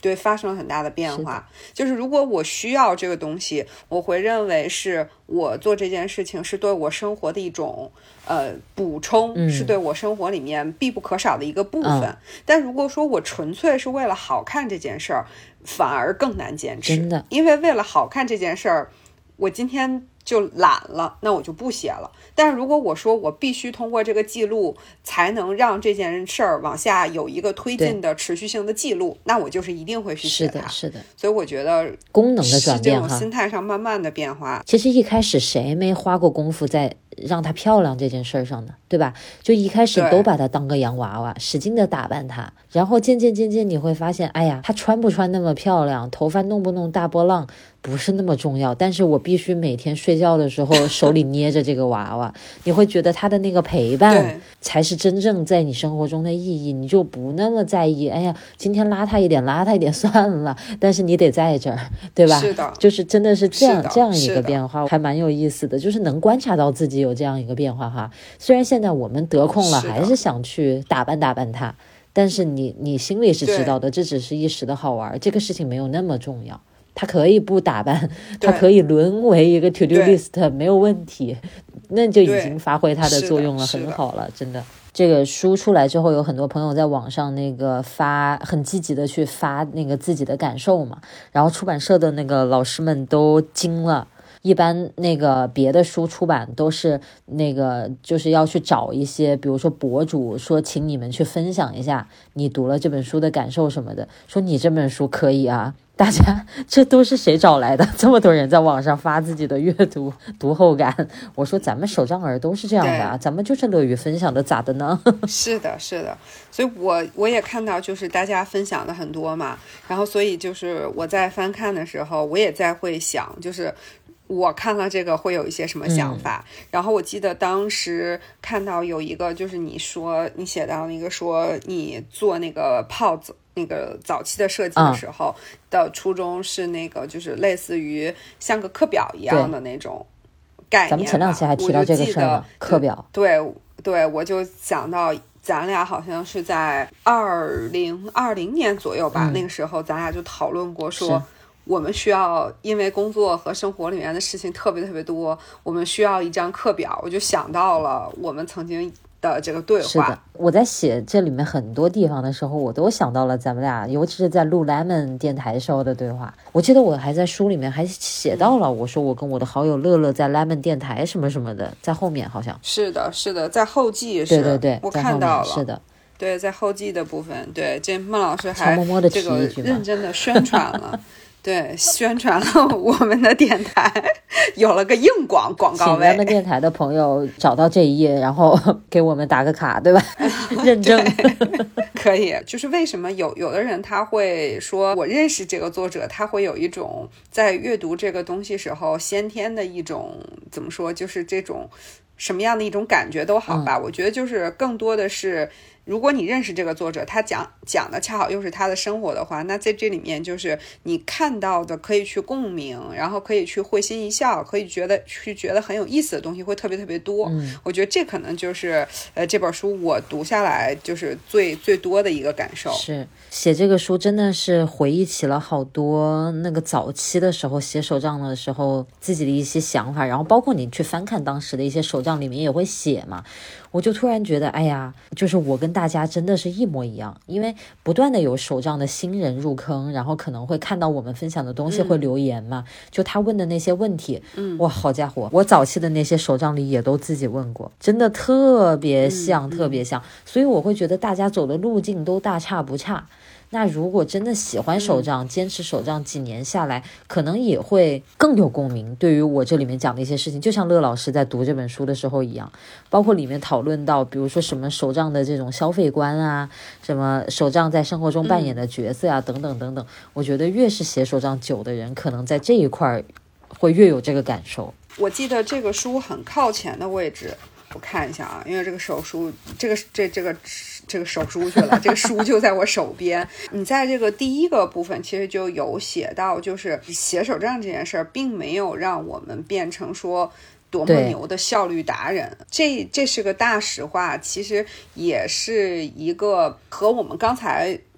对，发生了很大的变化。就是如果我需要这个东西，我会认为是我做这件事情是对我生活的一种呃补充、嗯、是对我生活里面必不可少的一个部分、嗯、但如果说我纯粹是为了好看这件事儿，反而更难坚持。 真的， 因为为了好看这件事儿，我今天就懒了，那我就不写了。但是如果我说我必须通过这个记录才能让这件事儿往下有一个推进的持续性的记录，那我就是一定会去写它。 是的，是的。 所以我觉得功能的转变是这种心态上慢慢的变化。 其实一开始谁没花过功夫在让她漂亮这件事上呢，对吧？就一开始都把她当个洋娃娃，使劲的打扮她，然后渐渐渐渐你会发现，哎呀，她穿不穿那么漂亮，头发弄不弄大波浪不是那么重要，但是我必须每天睡觉的时候手里捏着这个娃娃，你会觉得他的那个陪伴才是真正在你生活中的意义，你就不那么在意，哎呀，今天邋遢一点邋遢一点算了，但是你得在这儿，对吧？ 是的， 就是真的是这样这样一个变化，还蛮有意思的，就是能观察到自己有这样一个变化哈。虽然现在我们得空了还是想去打扮打扮它，但是你你心里是知道的，这只是一时的好玩，这个事情没有那么重要。他可以不打扮，他可以沦为一个 to do list 没有问题，那就已经发挥它的作用了，很好了，真的。这个书出来之后，有很多朋友在网上那个发，很积极的去发那个自己的感受嘛，然后出版社的那个老师们都惊了。一般那个别的书出版都是那个就是要去找一些比如说博主说请你们去分享一下你读了这本书的感受什么的，说你这本书可以啊，大家这都是谁找来的？这么多人在网上发自己的阅读读后感，我说咱们手账儿都是这样的啊，咱们就是乐于分享的，咋的呢？ 是的，是的，所以我我也看到就是大家分享的很多嘛，然后所以就是我在翻看的时候，我也在会想，就是我看了这个会有一些什么想法、嗯、然后我记得当时看到有一个就是你说你写到那个说你做那个泡子那个早期的设计的时候的初衷是那个就是类似于像个课表一样的那种概念， 咱们前两期还提到这个事儿，课表。 对对，我就想到咱俩好像是在二零二零年左右吧、嗯、那个时候咱俩就讨论过说我们需要，因为工作和生活里面的事情特别特别多，我们需要一张课表。我就想到了我们曾经的这个对话。 是的，我在写这里面很多地方的时候，我都想到了咱们俩，尤其是在录 Lemon 电台时候的对话。我记得我还在书里面还写到了，我说我跟我的好友乐乐在 Lemon 电台什么什么的，在后面好像是的，是的，在后记是， 对对对， 我看到了， 是的。 对，在后记的部分，对，这孟老师还悄摸摸的这个认真的宣传了。对，宣传了我们的电台，有了个硬广广告位。 请咱们电台的朋友找到这一页，然后给我们打个卡，对吧？认证可以。就是为什么有有的人他会说，我认识这个作者，他会有一种在阅读这个东西时候先天的一种怎么说，就是这种什么样的一种感觉都好吧、嗯、我觉得就是更多的是如果你认识这个作者，他讲讲的恰好又是他的生活的话，那在这里面就是你看到的可以去共鸣，然后可以去会心一笑，可以觉得去觉得很有意思的东西会特别特别多、嗯、我觉得这可能就是呃这本书我读下来就是最最多的一个感受。 是写这个书真的是回忆起了好多那个早期的时候写手账的时候自己的一些想法，然后包括你去翻看当时的一些手账里面也会写嘛，我就突然觉得哎呀，就是我跟大家真的是一模一样，因为不断的有手账的新人入坑，然后可能会看到我们分享的东西会留言嘛、嗯、就他问的那些问题、嗯、哇好家伙，我早期的那些手账里也都自己问过，真的特别像、嗯、特别像，所以我会觉得大家走的路径都大差不差。那如果真的喜欢手账、嗯、坚持手账几年下来，可能也会更有共鸣，对于我这里面讲的一些事情，就像乐老师在读这本书的时候一样，包括里面讨论到比如说什么手账的这种消费观啊，什么手账在生活中扮演的角色啊、嗯、等等等等，我觉得越是写手账久的人，可能在这一块会越有这个感受。 我记得这个书很靠前的位置，我看一下啊，因为这个手书这个这这个这个手书去了，这个书就在我手边。你在这个第一个部分其实就有写到，就是写手账这件事儿并没有让我们变成说多么牛的效率达人，这这是个大实话，其实也是一个和我们刚才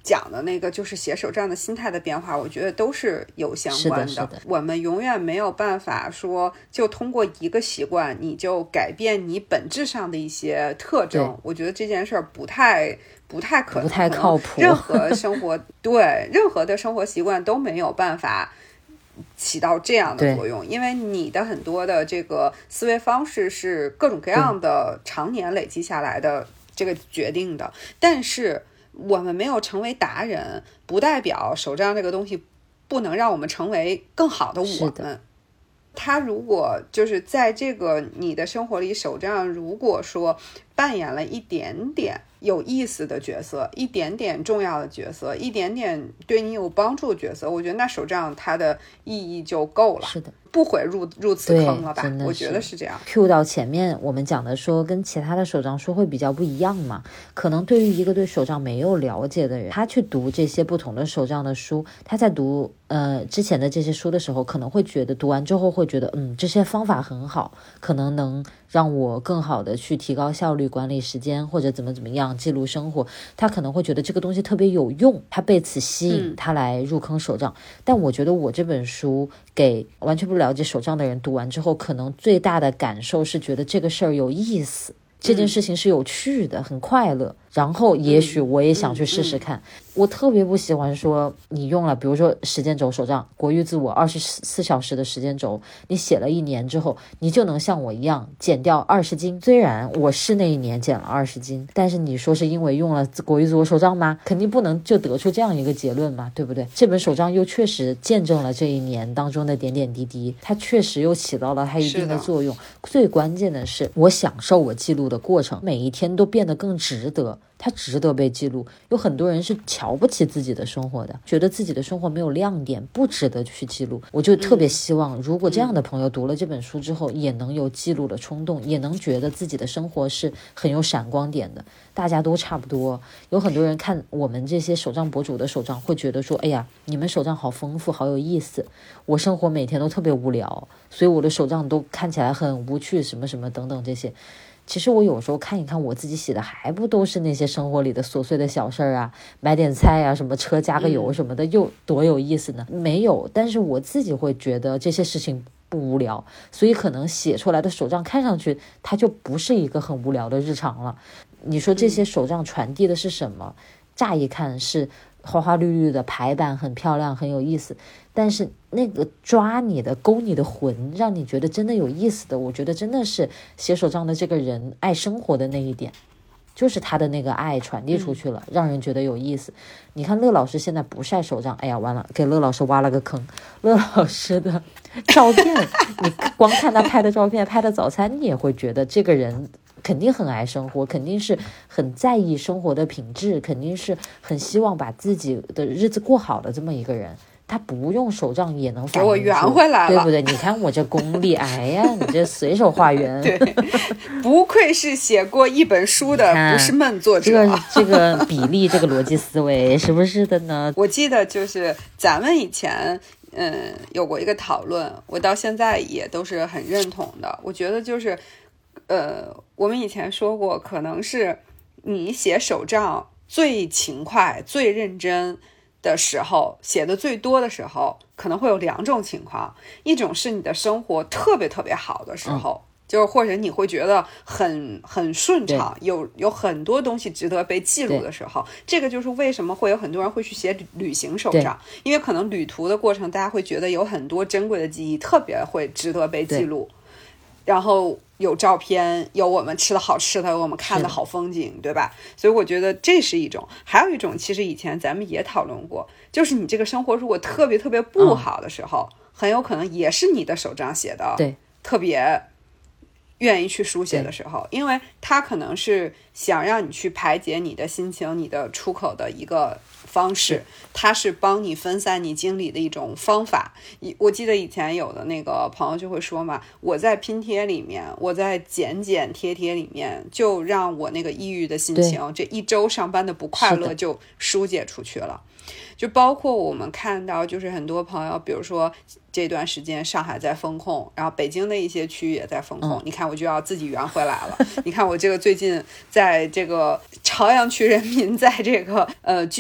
讲的那个就是写手账的心态的变化，我觉得都是有相关 的, 是的, 是的我们永远没有办法说就通过一个习惯你就改变你本质上的一些特征，我觉得这件事儿不太不太可能， 不太靠谱， 任何生活对任何的生活习惯都没有办法起到这样的作用，因为你的很多的这个思维方式是各种各样的常年累积下来的这个决定的，但是我们没有成为达人不代表手账这个东西不能让我们成为更好的我们。他如果就是在这个你的生活里，手账如果说扮演了一点点有意思的角色，一点点重要的角色，一点点对你有帮助的角色，我觉得那手账它的意义就够了。 是的， 不会入入此坑了吧？我觉得是这样。 Q 到前面我们讲的说跟其他的手账书会比较不一样嘛，可能对于一个对手账没有了解的人，他去读这些不同的手账的书，他在读呃之前的这些书的时候，可能会觉得读完之后会觉得嗯这些方法很好，可能能让我更好的去提高效率，管理时间，或者怎么怎么样记录生活，他可能会觉得这个东西特别有用，他被此吸引，他来入坑手账、嗯、但我觉得我这本书给完全不了解手账的人读完之后，可能最大的感受是觉得这个事儿有意思，这件事情是有趣的、嗯、很快乐，然后也许我也想去试试看、嗯嗯、我特别不喜欢说你用了比如说时间轴手账国誉自我二十四小时的时间轴，你写了一年之后你就能像我一样减掉二十斤，虽然我是那一年减了二十斤，但是你说是因为用了国誉自我手账吗？肯定不能就得出这样一个结论嘛，对不对？这本手账又确实见证了这一年当中的点点滴滴，它确实又起到了它一定的作用，最关键的是我享受我记录的过程，每一天都变得更值得，它值得被记录。有很多人是瞧不起自己的生活的，觉得自己的生活没有亮点，不值得去记录。我就特别希望如果这样的朋友读了这本书之后、嗯、也能有记录的冲动，也能觉得自己的生活是很有闪光点的，大家都差不多。有很多人看我们这些手账博主的手账会觉得说，哎呀你们手账好丰富好有意思，我生活每天都特别无聊，所以我的手账都看起来很无趣什么什么等等这些。其实我有时候看一看我自己写的，还不都是那些生活里的琐碎的小事儿啊，买点菜啊，什么车加个油什么的，又多有意思呢？没有，但是我自己会觉得这些事情不无聊，所以可能写出来的手账看上去它就不是一个很无聊的日常了。你说这些手账传递的是什么？乍一看是花花绿绿的排版很漂亮很有意思，但是那个抓你的勾你的魂让你觉得真的有意思的，我觉得真的是写手账的这个人爱生活的那一点，就是他的那个爱传递出去了、嗯、让人觉得有意思。你看乐老师现在不晒手账，哎呀完了给乐老师挖了个坑。乐老师的照片你光看他拍的照片拍的早餐，你也会觉得这个人肯定很爱生活，肯定是很在意生活的品质，肯定是很希望把自己的日子过好的这么一个人。他不用手账也能反映出， 给我圆回来了， 对不对？你看我这功力，哎呀，你这随手画圆。 对，不愧是写过一本书的不是梦作者。 这个这个比例，这个逻辑思维，是不是的呢？ 我记得就是咱们以前嗯有过一个讨论，我到现在也都是很认同的。我觉得就是呃，我们以前说过，可能是你写手账最勤快、最认真的时候，写的最多的时候，可能会有两种情况。一种是你的生活特别特别好的时候、嗯、就是或者你会觉得很很顺畅，有有很多东西值得被记录的时候，这个就是为什么会有很多人会去写旅行手账，因为可能旅途的过程大家会觉得有很多珍贵的记忆特别会值得被记录，然后有照片，有我们吃的好吃的，有我们看的好风景，对吧？所以我觉得这是一种。还有一种其实以前咱们也讨论过，就是你这个生活如果特别特别不好的时候、嗯、很有可能也是你的手账写的对特别愿意去书写的时候，因为它可能是想让你去排解你的心情，你的出口的一个方式，它是帮你分散你精力的一种方法。我记得以前有的那个朋友就会说嘛，我在拼贴里面，我在剪剪贴贴里面，就让我那个抑郁的心情，这一周上班的不快乐就疏解出去了。就包括我们看到就是很多朋友，比如说这段时间上海在封控，然后北京的一些区域也在封控、嗯、你看我就要自己圆回来了你看我这个最近在这个朝阳区人民在这个呃居家的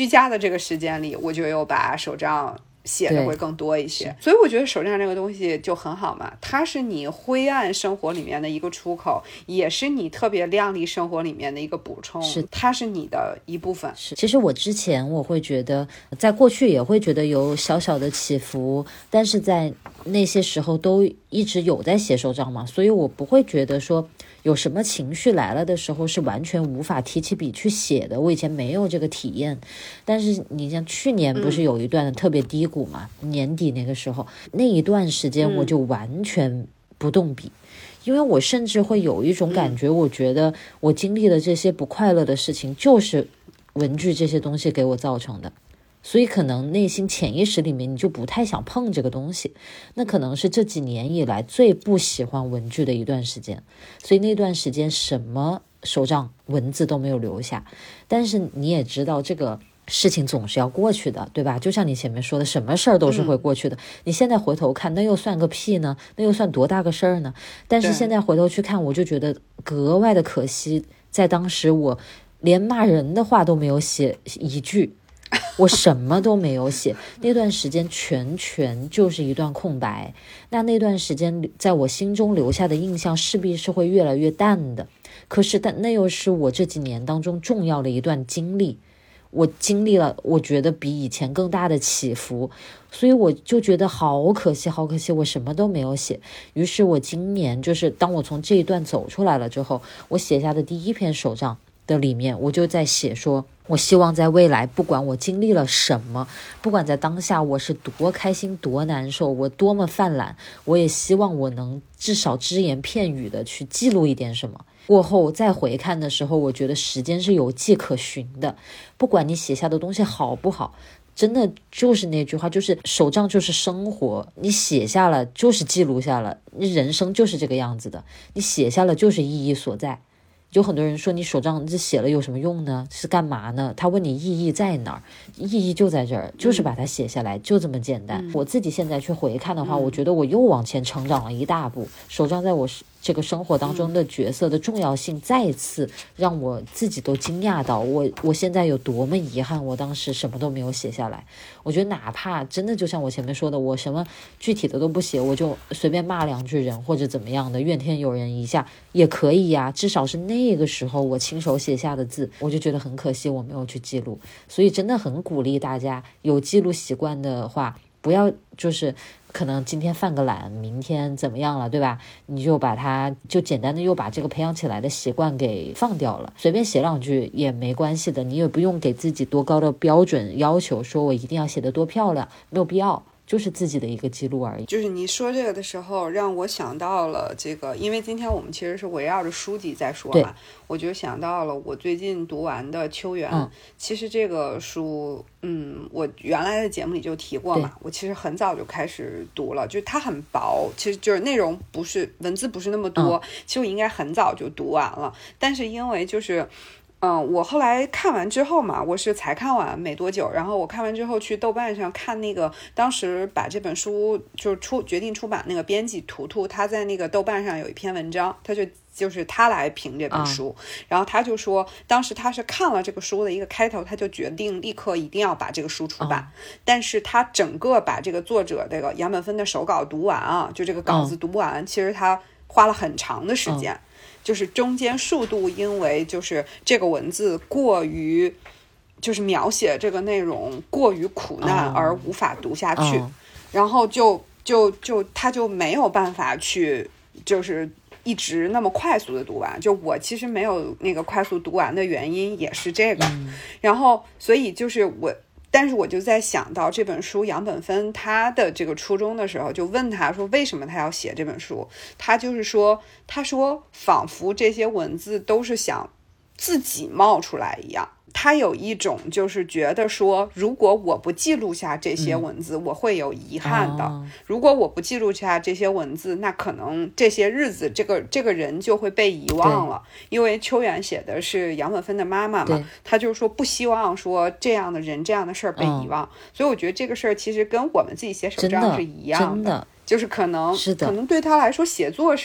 这个时间里，我就又把手账写的会更多一些，所以我觉得手账这个东西就很好嘛，它是你灰暗生活里面的一个出口，也是你特别亮丽生活里面的一个补充，是它是你的一部分。 是，其实我之前我会觉得，在过去也会觉得有小小的起伏，但是在那些时候都一直有在写手账嘛，所以我不会觉得说有什么情绪来了的时候是完全无法提起笔去写的，我以前没有这个体验。但是你像去年不是有一段特别低谷嘛、嗯、年底那个时候，那一段时间我就完全不动笔、嗯、因为我甚至会有一种感觉、嗯、我觉得我经历的这些不快乐的事情就是文具这些东西给我造成的，所以可能内心潜意识里面你就不太想碰这个东西，那可能是这几年以来最不喜欢文具的一段时间，所以那段时间什么手账文字都没有留下。但是你也知道这个事情总是要过去的，对吧？就像你前面说的，什么事儿都是会过去的、嗯、你现在回头看那又算个屁呢，那又算多大个事儿呢？但是现在回头去看，我就觉得格外的可惜，在当时我连骂人的话都没有写一句，我什么都没有写，那段时间全全就是一段空白。那那段时间在我心中留下的印象势必是会越来越淡的，可是但那又是我这几年当中重要的一段经历，我经历了我觉得比以前更大的起伏，所以我就觉得好可惜好可惜，我什么都没有写。于是我今年就是当我从这一段走出来了之后，我写下的第一篇手账的里面，我就在写说，我希望在未来不管我经历了什么，不管在当下我是多开心多难受，我多么泛滥，我也希望我能至少只言片语的去记录一点什么，过后再回看的时候，我觉得时间是有迹可循的。不管你写下的东西好不好，真的就是那句话，就是手账就是生活，你写下了就是记录下了，你人生就是这个样子的，你写下了就是意义所在。有很多人说你手账这写了有什么用呢？是干嘛呢？他问你意义在哪儿？意义就在这儿，就是把它写下来、嗯、就这么简单、嗯、我自己现在去回看的话、嗯、我觉得我又往前成长了一大步。手账在我这个生活当中的角色的重要性再次让我自己都惊讶到，我我现在有多么遗憾我当时什么都没有写下来。我觉得哪怕真的就像我前面说的，我什么具体的都不写，我就随便骂两句人或者怎么样的，怨天尤人一下也可以呀、啊、至少是那个时候我亲手写下的字，我就觉得很可惜我没有去记录。所以真的很鼓励大家有记录习惯的话，不要就是可能今天犯个懒，明天怎么样了，对吧？你就把它就简单的又把这个培养起来的习惯给放掉了，随便写两句也没关系的，你也不用给自己多高的标准要求，说我一定要写得多漂亮，没有必要，就是自己的一个记录而已。 就是你说这个的时候让我想到了这个，因为今天我们其实是围绕着书籍在说嘛，我就想到了我最近读完的《秋园》、嗯、其实这个书嗯，我原来的节目里就提过嘛，我其实很早就开始读了，就是它很薄，其实就是内容不是文字不是那么多、嗯、其实我应该很早就读完了，但是因为就是嗯，我后来看完之后嘛，我是才看完没多久，然后我看完之后去豆瓣上看那个当时把这本书就出决定出版那个编辑图图，他在那个豆瓣上有一篇文章，他就就是他来评这本书、嗯、然后他就说当时他是看了这个书的一个开头，他就决定立刻一定要把这个书出版、嗯、但是他整个把这个作者这个杨本芬的手稿读完啊，就这个稿子读完、嗯、其实他花了很长的时间、嗯，就是中间速度因为就是这个文字过于就是描写这个内容过于苦难而无法读下去、oh. Oh. 然后就就就他就没有办法去就是一直那么快速的读完，就我其实没有那个快速读完的原因也是这个、mm. 然后所以就是我但是我就在想到这本书杨本芬他的这个初衷的时候，就问他说为什么他要写这本书，他就是说他说仿佛这些文字都是想自己冒出来一样，他有一种就是觉得说如果我不记录下这些文字、嗯、我会有遗憾的、哦、如果我不记录下这些文字，那可能这些日子这个这个人就会被遗忘了，因为秋园写的是杨本芬的妈妈嘛，他就是说不希望说这样的人这样的事儿被遗忘、嗯、所以我觉得这个事儿其实跟我们自己写手账是一样的，真的就是可能是的可能对他来说写作是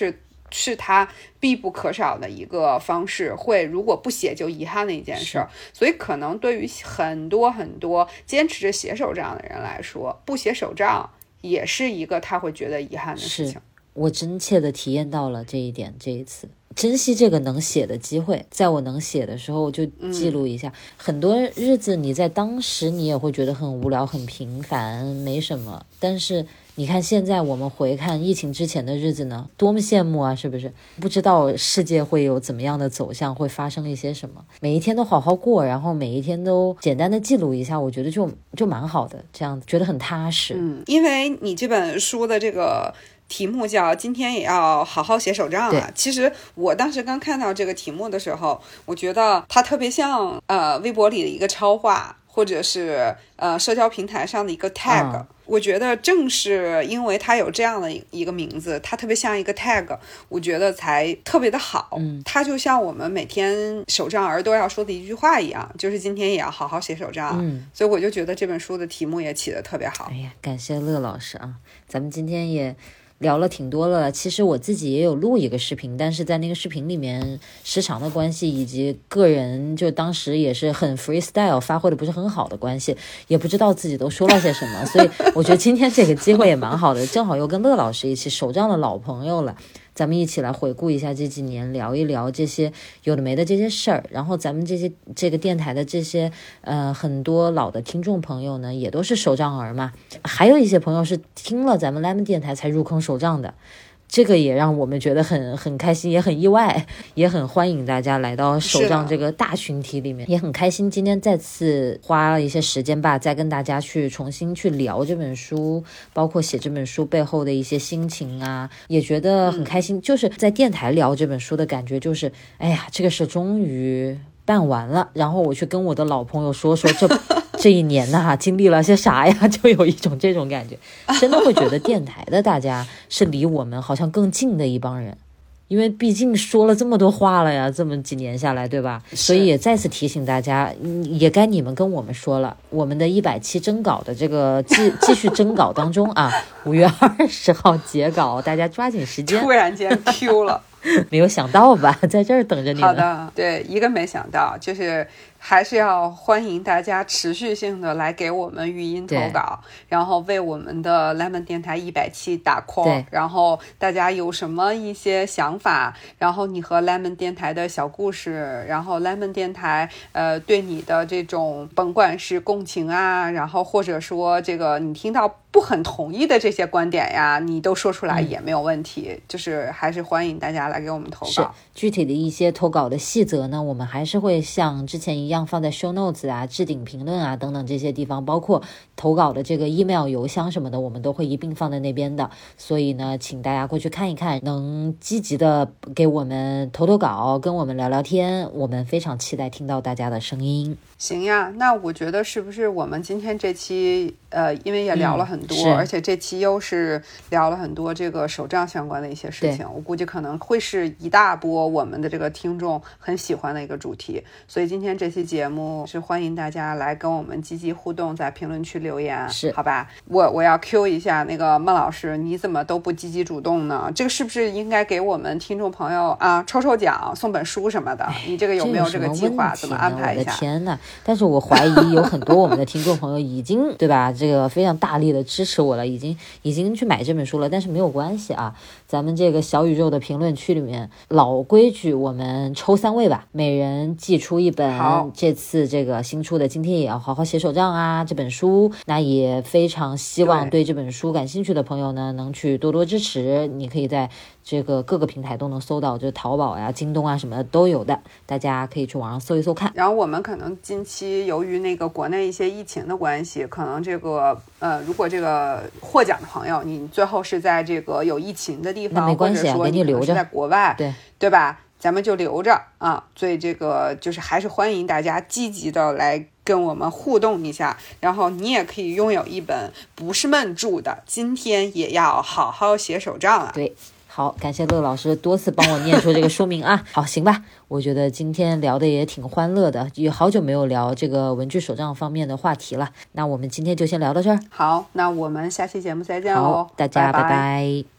是他必不可少的一个方式，会如果不写就遗憾的一件事儿。所以可能对于很多很多坚持着写手账的人来说，不写手账也是一个他会觉得遗憾的事情。 是，我真切的体验到了这一点，这一次珍惜这个能写的机会，在我能写的时候就记录一下、嗯、很多日子你在当时你也会觉得很无聊很平凡没什么，但是你看现在我们回看疫情之前的日子呢，多么羡慕啊，是不是？不知道世界会有怎么样的走向，会发生一些什么，每一天都好好过，然后每一天都简单的记录一下，我觉得就就蛮好的，这样子觉得很踏实。 嗯，因为你这本书的这个题目叫今天也要好好写手账啊。其实我当时刚看到这个题目的时候，我觉得它特别像呃微博里的一个超话，或者是呃社交平台上的一个 tag、嗯、我觉得正是因为它有这样的一个名字，它特别像一个 tag， 我觉得才特别的好、 嗯、 它就像我们每天手账儿都要说的一句话一样，就是今天也要好好写手账、 嗯、 所以我就觉得这本书的题目也起得特别好。 哎呀，感谢乐老师啊，咱们今天也聊了挺多了，其实我自己也有录一个视频，但是在那个视频里面时长的关系以及个人就当时也是很 freestyle 发挥的不是很好的关系，也不知道自己都说了些什么，所以我觉得今天这个机会也蛮好的，正好又跟乐老师一起手账的老朋友了，咱们一起来回顾一下这几年，聊一聊这些有的没的这些事儿，然后咱们这些这个电台的这些呃很多老的听众朋友呢，也都是手账儿嘛，还有一些朋友是听了咱们 Lemon 电台才入坑手账的，这个也让我们觉得很很开心，也很意外，也很欢迎大家来到手账这个大群体里面，也很开心今天再次花了一些时间吧，再跟大家去重新去聊这本书，包括写这本书背后的一些心情啊，也觉得很开心、嗯、就是在电台聊这本书的感觉就是哎呀这个事终于办完了，然后我去跟我的老朋友说说这这一年呐、啊，经历了些啥呀，就有一种这种感觉，真的会觉得电台的大家是离我们好像更近的一帮人，因为毕竟说了这么多话了呀，这么几年下来，对吧？所以也再次提醒大家，也该你们跟我们说了，我们的一百期征稿的这个继继续征稿当中啊，五月二十号截稿，大家抓紧时间。 突然间 Q 了。 没有想到吧，在这儿等着你呢。 好的，对，一个没想到，就是还是要欢迎大家持续性的来给我们语音投稿，然后为我们的 Lemon 电台一百期打 call， 然后大家有什么一些想法，然后你和 Lemon 电台的小故事，然后 Lemon 电台呃对你的这种甭管是共情啊，然后或者说这个你听到不很同意的这些观点呀，你都说出来也没有问题、嗯、就是还是欢迎大家来给我们投稿。 是具体的一些投稿的细则呢，我们还是会像之前一样放在 show notes 啊、置顶评论啊等等这些地方，包括投稿的这个 email 邮箱什么的，我们都会一并放在那边的。所以呢，请大家过去看一看，能积极的给我们投投稿，跟我们聊聊天，我们非常期待听到大家的声音。 行呀，那我觉得是不是我们今天这期呃，因为也聊了很多、嗯、而且这期又是聊了很多这个手账相关的一些事情，我估计可能会是一大波我们的这个听众很喜欢的一个主题，所以今天这期节目是欢迎大家来跟我们积极互动，在评论区留言， 是好吧？我我要 Q 一下那个孟老师，你怎么都不积极主动呢？这个是不是应该给我们听众朋友啊抽抽奖送本书什么的？你这个有没有这个计划？怎么安排一下？ 我的天哪！但是我怀疑有很多我们的听众朋友已经对吧，这个非常大力的支持我了，已经已经去买这本书了，但是没有关系啊，咱们这个小宇宙的评论区里面老规矩，我们抽三位吧，每人寄出一本这次这个新出的今天也要好好写手账啊这本书，那也非常希望对这本书感兴趣的朋友呢能去多多支持，你可以在这个各个平台都能搜到，就淘宝呀、京东啊什么的都有的，大家可以去网上搜一搜看。 然后我们可能近期由于那个国内一些疫情的关系，可能这个呃，如果这个获奖的朋友你最后是在这个有疫情的地方， 没关系啊， 或者说你留着， 是在国外， 对对吧？咱们就留着啊。所以这个就是还是欢迎大家积极的来跟我们互动一下，然后你也可以拥有一本不是闷住的今天也要好好写手账啊。 对，好，感谢乐老师多次帮我念出这个书名啊。好，行吧，我觉得今天聊的也挺欢乐的，也好久没有聊这个文具手账方面的话题了，那我们今天就先聊到这儿。 好，那我们下期节目再见喽， 好，大家拜拜。 拜拜。